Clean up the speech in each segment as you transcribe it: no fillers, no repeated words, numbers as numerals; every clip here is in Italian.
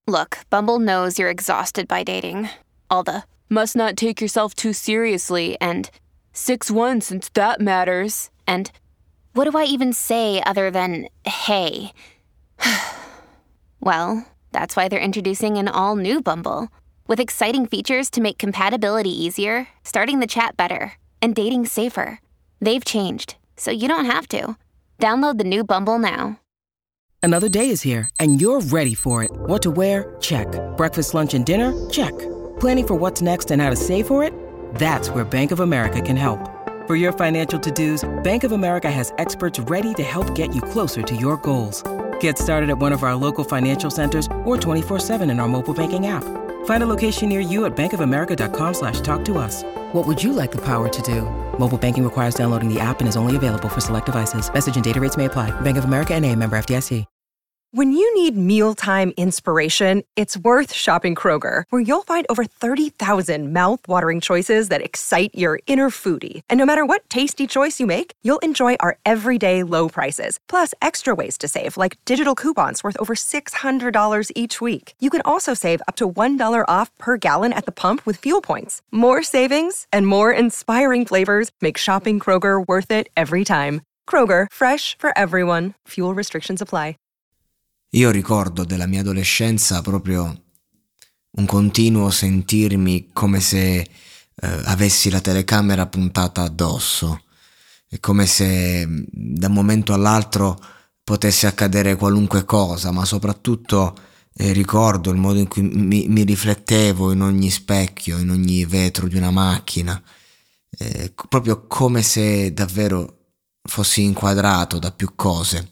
Look, Bumble knows you're exhausted by dating. All the must not take yourself too seriously and 6'1" since that matters. And what do I even say other than hey? Well, that's why they're introducing an all-new Bumble with exciting features to make compatibility easier, starting the chat better, and dating safer. They've changed, so you don't have to. Download the new Bumble now. Another day is here, and you're ready for it. What to wear? Check. Breakfast, lunch, and dinner? Check. Planning for what's next and how to save for it? That's where Bank of America can help. For your financial to-dos, Bank of America has experts ready to help get you closer to your goals. Get started at one of our local financial centers or 24/7 in our mobile banking app. Find a location near you at bankofamerica.com/talktous. What would you like the power to do? Mobile banking requires downloading the app and is only available for select devices. Message and data rates may apply. Bank of America N.A., member FDIC. When you need mealtime inspiration, it's worth shopping Kroger, where you'll find over 30,000 mouth-watering choices that excite your inner foodie. And no matter what tasty choice you make, you'll enjoy our everyday low prices, plus extra ways to save, like digital coupons worth over $600 each week. You can also save up to $1 off per gallon at the pump with fuel points. More savings and more inspiring flavors make shopping Kroger worth it every time. Kroger, fresh for everyone. Fuel restrictions apply. Io ricordo della mia adolescenza proprio un continuo sentirmi come se avessi la telecamera puntata addosso. È come se da un momento all'altro potesse accadere qualunque cosa, ma soprattutto ricordo il modo in cui mi riflettevo in ogni specchio, in ogni vetro di una macchina, proprio come se davvero fossi inquadrato da più cose.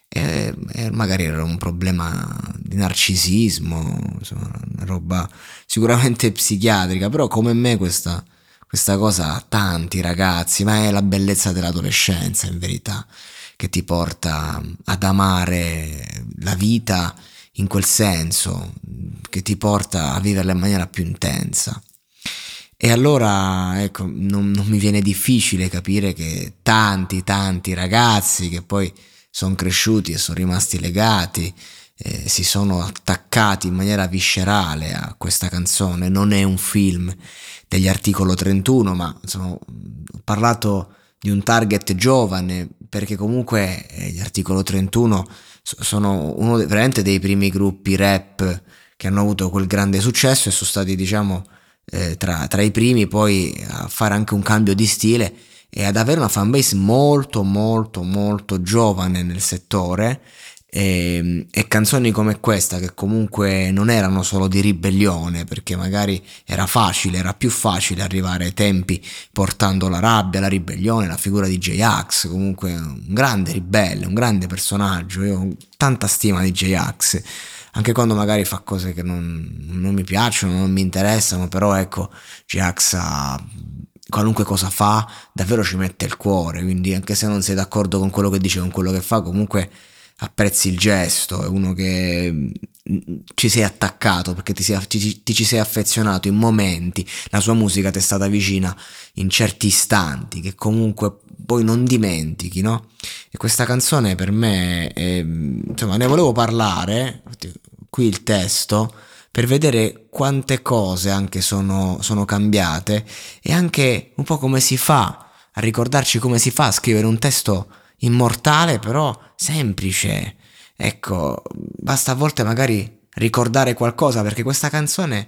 Magari era un problema di narcisismo, insomma, una roba sicuramente psichiatrica, però come me questa cosa ha tanti ragazzi, ma è la bellezza dell'adolescenza in verità, che ti porta ad amare la vita in quel senso, che ti porta a viverla in maniera più intensa. E allora ecco, non mi viene difficile capire che tanti ragazzi che poi sono cresciuti e sono rimasti legati, si sono attaccati in maniera viscerale a questa canzone. Non è un film degli Articolo 31, ma insomma, ho parlato di un target giovane, perché comunque gli Articolo 31 sono uno veramente dei primi gruppi rap che hanno avuto quel grande successo e sono stati, diciamo, tra i primi poi a fare anche un cambio di stile e ad avere una fanbase molto giovane nel settore, e canzoni come questa, che comunque non erano solo di ribellione, perché magari era più facile arrivare ai tempi portando la rabbia, la ribellione, la figura di J-Ax, comunque un grande ribelle, un grande personaggio. Io ho tanta stima di J-Ax, anche quando magari fa cose che non mi piacciono, non mi interessano, però ecco, J-Ax qualunque cosa fa davvero ci mette il cuore, quindi anche se non sei d'accordo con quello che dice, con quello che fa, comunque apprezzi il gesto. È uno che ci sei attaccato perché ti ci sei affezionato in momenti, la sua musica ti è stata vicina in certi istanti che comunque poi non dimentichi, no? E questa canzone per me insomma, ne volevo parlare, qui il testo, per vedere quante cose anche sono cambiate, e anche un po' come si fa a ricordarci come si fa a scrivere un testo immortale però semplice. Ecco, basta a volte magari ricordare qualcosa, perché questa canzone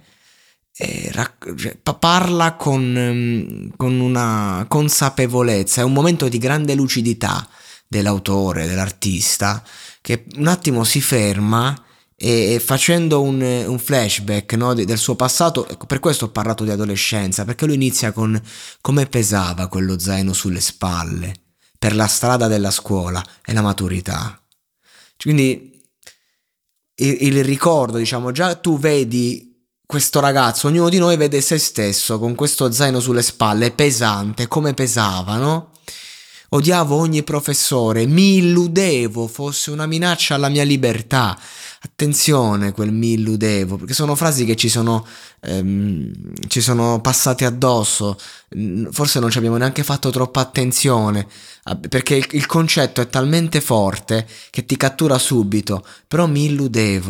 parla con una consapevolezza, è un momento di grande lucidità dell'autore, dell'artista, che un attimo si ferma e facendo un flashback, no, del suo passato. Ecco, per questo ho parlato di adolescenza, perché lui inizia con come pesava quello zaino sulle spalle per la strada della scuola e la maturità. Quindi il ricordo, diciamo, già tu vedi questo ragazzo, ognuno di noi vede se stesso con questo zaino sulle spalle pesante, come pesava, no? Odiavo ogni professore, mi illudevo fosse una minaccia alla mia libertà. Attenzione, quel mi illudevo, perché sono frasi che ci sono passate addosso, forse non ci abbiamo neanche fatto troppa attenzione, perché il concetto è talmente forte che ti cattura subito. Però mi illudevo,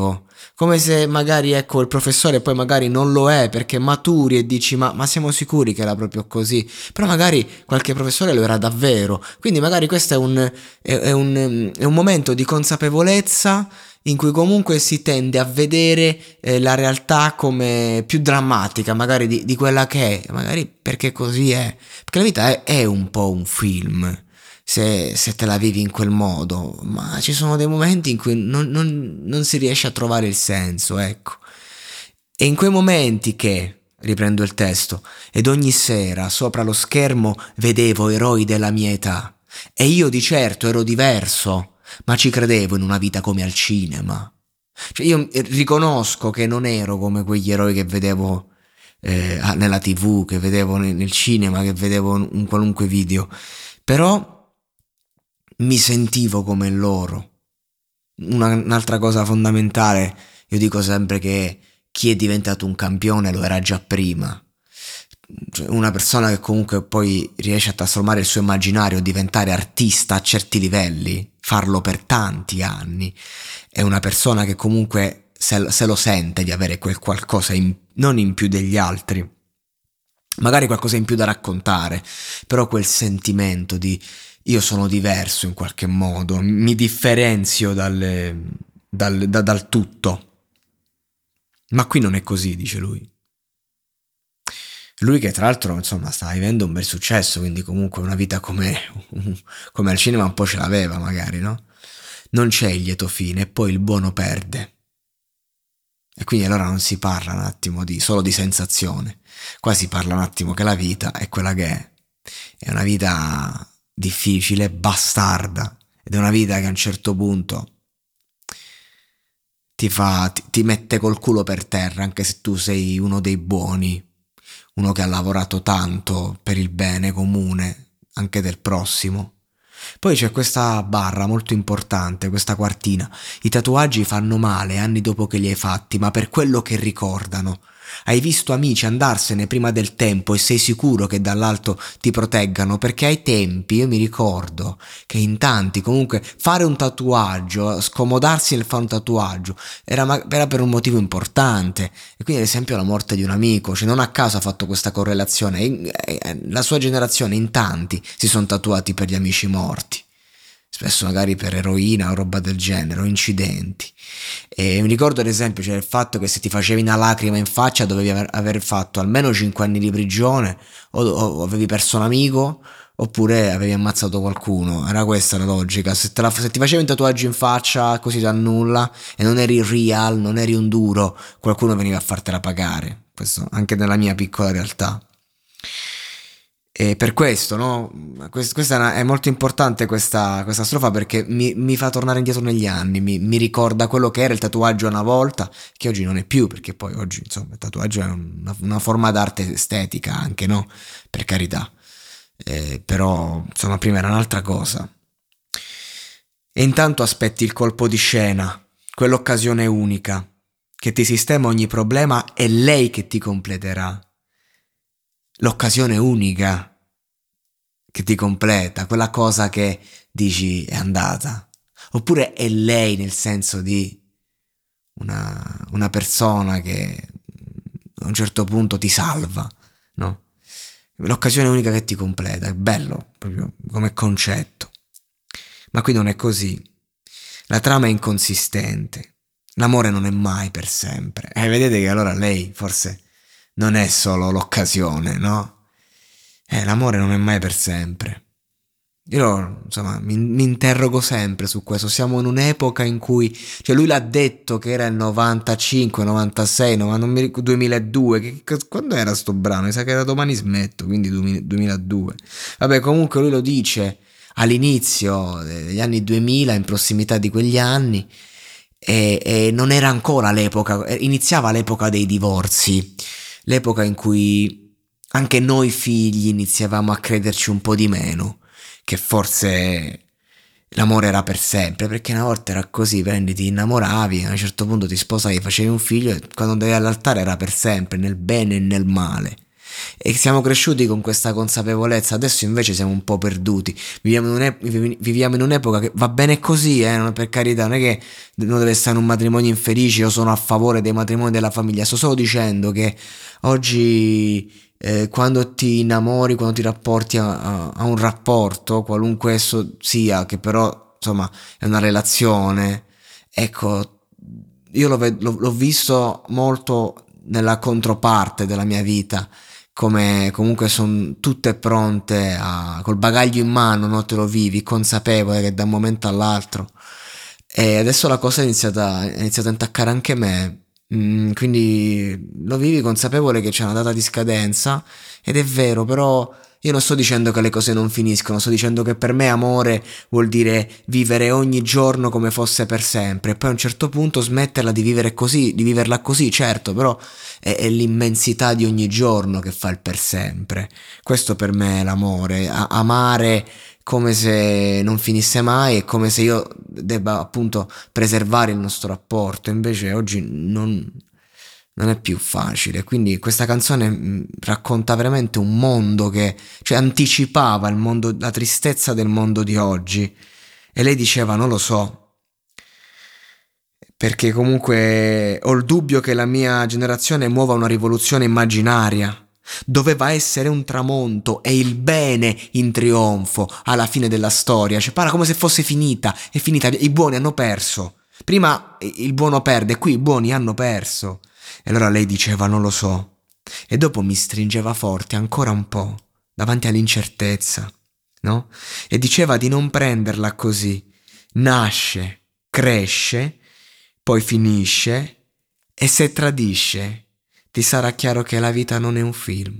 Come se magari, ecco, il professore poi magari non lo è perché maturi e dici ma siamo sicuri che era proprio così? Però magari qualche professore lo era davvero. Quindi magari questo è un momento di consapevolezza in cui comunque si tende a vedere la realtà come più drammatica magari di quella che è, magari perché così è. Perché la vita è un po' un film. Se te la vivi in quel modo, ma ci sono dei momenti in cui non si riesce a trovare il senso, ecco. E in quei momenti che, riprendo il testo, ed ogni sera sopra lo schermo vedevo eroi della mia età, e io di certo ero diverso, ma ci credevo in una vita come al cinema. Cioè io riconosco che non ero come quegli eroi che vedevo nella TV, che vedevo nel cinema, che vedevo in qualunque video, però mi sentivo come loro. Un'altra cosa fondamentale, io dico sempre che chi è diventato un campione lo era già prima. Cioè, una persona che comunque poi riesce a trasformare il suo immaginario, diventare artista a certi livelli, farlo per tanti anni, è una persona che comunque se lo sente di avere quel qualcosa non in più degli altri, magari qualcosa in più da raccontare, però quel sentimento di io sono diverso in qualche modo, mi differenzio dal tutto. Ma qui non è così, dice lui. Lui che tra l'altro, insomma, sta vivendo un bel successo, quindi comunque una vita come al cinema un po' ce l'aveva magari, no? Non c'è il lieto fine e poi il buono perde. E quindi allora non si parla un attimo solo di sensazione. Qua si parla un attimo che la vita è quella che è. È una vita difficile, bastarda, ed è una vita che a un certo punto ti mette col culo per terra, anche se tu sei uno dei buoni, uno che ha lavorato tanto per il bene comune anche del prossimo. Poi c'è questa barra molto importante, questa quartina: i tatuaggi fanno male anni dopo che li hai fatti, ma per quello che ricordano. Hai visto amici andarsene prima del tempo e sei sicuro che dall'alto ti proteggano, perché ai tempi io mi ricordo che in tanti comunque fare un tatuaggio, scomodarsi nel fare un tatuaggio era per un motivo importante. E quindi ad esempio la morte di un amico, cioè non a caso ha fatto questa correlazione, la sua generazione in tanti si sono tatuati per gli amici morti, spesso magari per eroina o roba del genere, o incidenti. E mi ricordo ad esempio c'era il fatto che se ti facevi una lacrima in faccia dovevi aver fatto almeno 5 anni di prigione, o avevi perso un amico, oppure avevi ammazzato qualcuno. Era questa la logica: se ti facevi un tatuaggio in faccia così da nulla e non eri real, non eri un duro, qualcuno veniva a fartela pagare. Questo anche nella mia piccola realtà. E per questo, no? Questa è molto importante questa strofa, perché mi fa tornare indietro negli anni, mi ricorda quello che era il tatuaggio una volta, che oggi non è più, perché poi oggi, insomma, il tatuaggio è una forma d'arte estetica anche, no? Per carità. Però, insomma, prima era un'altra cosa. E intanto aspetti il colpo di scena, quell'occasione unica, che ti sistema ogni problema, è lei che ti completerà. L'occasione unica che ti completa, quella cosa che dici è andata, oppure è lei, nel senso di una persona che a un certo punto ti salva, no? L'occasione unica che ti completa, è bello proprio come concetto. Ma qui non è così. La trama è inconsistente, l'amore non è mai per sempre. Vedete che allora lei forse non è solo l'occasione, no? L'amore non è mai per sempre. Io, insomma, mi interrogo sempre su questo. Siamo in un'epoca in cui, cioè lui l'ha detto che era il 95, 96, no, ma non mi ricordo, 2002, quando era sto brano? Mi sa che era Domani smetto, quindi 2002. Vabbè, comunque lui lo dice all'inizio degli anni 2000, in prossimità di quegli anni, e non era ancora l'epoca, iniziava l'epoca dei divorzi, l'epoca in cui anche noi figli iniziavamo a crederci un po' di meno, che forse l'amore era per sempre, perché una volta era così: ti innamoravi, a un certo punto ti sposavi, facevi un figlio, e quando andavi all'altare era per sempre, nel bene e nel male. E siamo cresciuti con questa consapevolezza, adesso invece siamo un po' perduti. Viviamo in un'epoca che va bene così, per carità, non è che non deve essere un matrimonio infelice. Io sono a favore dei matrimoni della famiglia, sto solo dicendo che oggi quando ti innamori, quando ti rapporti a un rapporto, qualunque esso sia, che però insomma è una relazione, ecco, io l'ho visto molto nella controparte della mia vita, come comunque sono tutte pronte col bagaglio in mano, no? Te lo vivi consapevole che da un momento all'altro, e adesso la cosa è iniziata a intaccare anche me. Quindi lo vivi consapevole che c'è una data di scadenza, ed è vero, però io non sto dicendo che le cose non finiscono, sto dicendo che per me amore vuol dire vivere ogni giorno come fosse per sempre, e poi a un certo punto smetterla di vivere così, di viverla così, certo, però è l'immensità di ogni giorno che fa il per sempre. Questo per me è l'amore, amare come se non finisse mai, è come se io debba appunto preservare il nostro rapporto. Invece oggi non è più facile. Quindi questa canzone racconta veramente un mondo che, cioè, anticipava il mondo, la tristezza del mondo di oggi, e lei diceva non lo so, perché comunque ho il dubbio che la mia generazione muova una rivoluzione immaginaria. Doveva essere un tramonto e il bene in trionfo alla fine della storia, cioè pare come se fosse finita, è finita, i buoni hanno perso. Prima il buono perde, qui i buoni hanno perso. E allora lei diceva non lo so, e dopo mi stringeva forte ancora un po' davanti all'incertezza, no? E diceva di non prenderla così, nasce, cresce, poi finisce, e se tradisce ti sarà chiaro che la vita non è un film.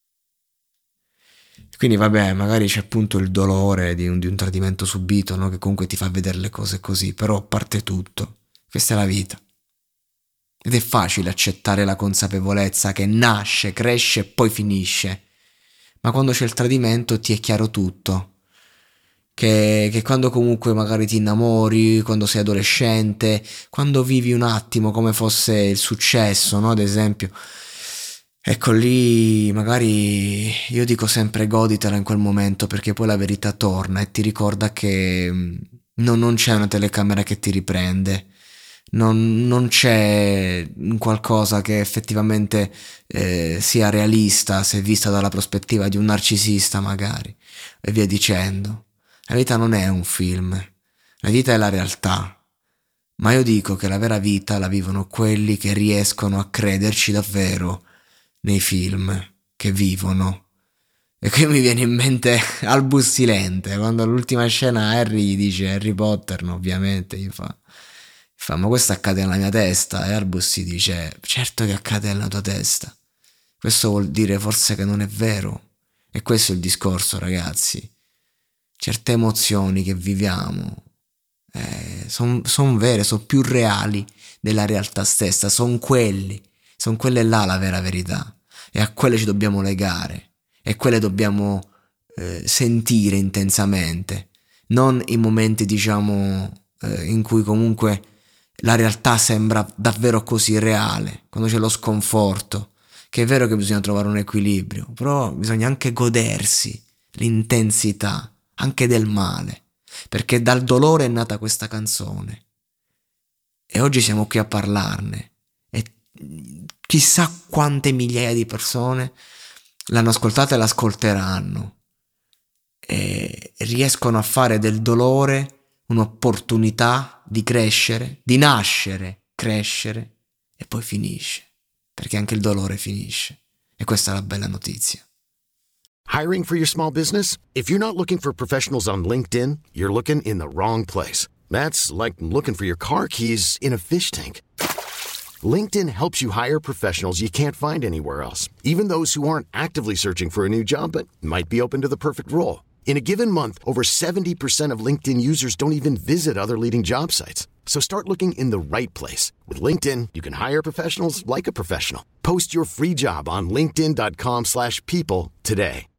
Quindi vabbè, magari c'è appunto il dolore di un tradimento subito, no? Che comunque ti fa vedere le cose così, però a parte tutto, questa è la vita. Ed è facile accettare la consapevolezza che nasce, cresce e poi finisce. Ma quando c'è il tradimento ti è chiaro tutto. Che quando comunque magari ti innamori, quando sei adolescente, quando vivi un attimo come fosse il successo, no? Ad esempio, ecco lì magari io dico sempre goditela in quel momento, perché poi la verità torna e ti ricorda che non c'è una telecamera che ti riprende. Non c'è qualcosa che effettivamente sia realista se vista dalla prospettiva di un narcisista magari, e via dicendo. La vita non è un film, la vita è la realtà, ma io dico che la vera vita la vivono quelli che riescono a crederci davvero nei film che vivono. E qui mi viene in mente Albus Silente, quando all'ultima scena Harry gli dice Harry Potter, no, ovviamente gli fa ma questo accade nella mia testa, e Albus si dice certo che accade nella tua testa. Questo vuol dire forse che non è vero, e questo è il discorso, ragazzi. Certe emozioni che viviamo sono vere, sono più reali della realtà stessa, sono quelle là la vera verità, e a quelle ci dobbiamo legare, e quelle dobbiamo sentire intensamente, non i momenti diciamo in cui comunque la realtà sembra davvero così reale, quando c'è lo sconforto, che è vero che bisogna trovare un equilibrio, però bisogna anche godersi l'intensità anche del male, perché dal dolore è nata questa canzone, e oggi siamo qui a parlarne, e chissà quante migliaia di persone l'hanno ascoltata e l'ascolteranno, e riescono a fare del dolore un'opportunità di crescere, di nascere, crescere, e poi finisce, perché anche il dolore finisce, e questa è la bella notizia. Hiring for your small business? If you're not looking for professionals on LinkedIn, you're looking in the wrong place. That's like looking for your car keys in a fish tank. LinkedIn helps you hire professionals you can't find anywhere else, even those who aren't actively searching for a new job but might be open to the perfect role. In a given month, over 70% of LinkedIn users don't even visit other leading job sites. So start looking in the right place. With LinkedIn, you can hire professionals like a professional. Post your free job on linkedin.com/people today.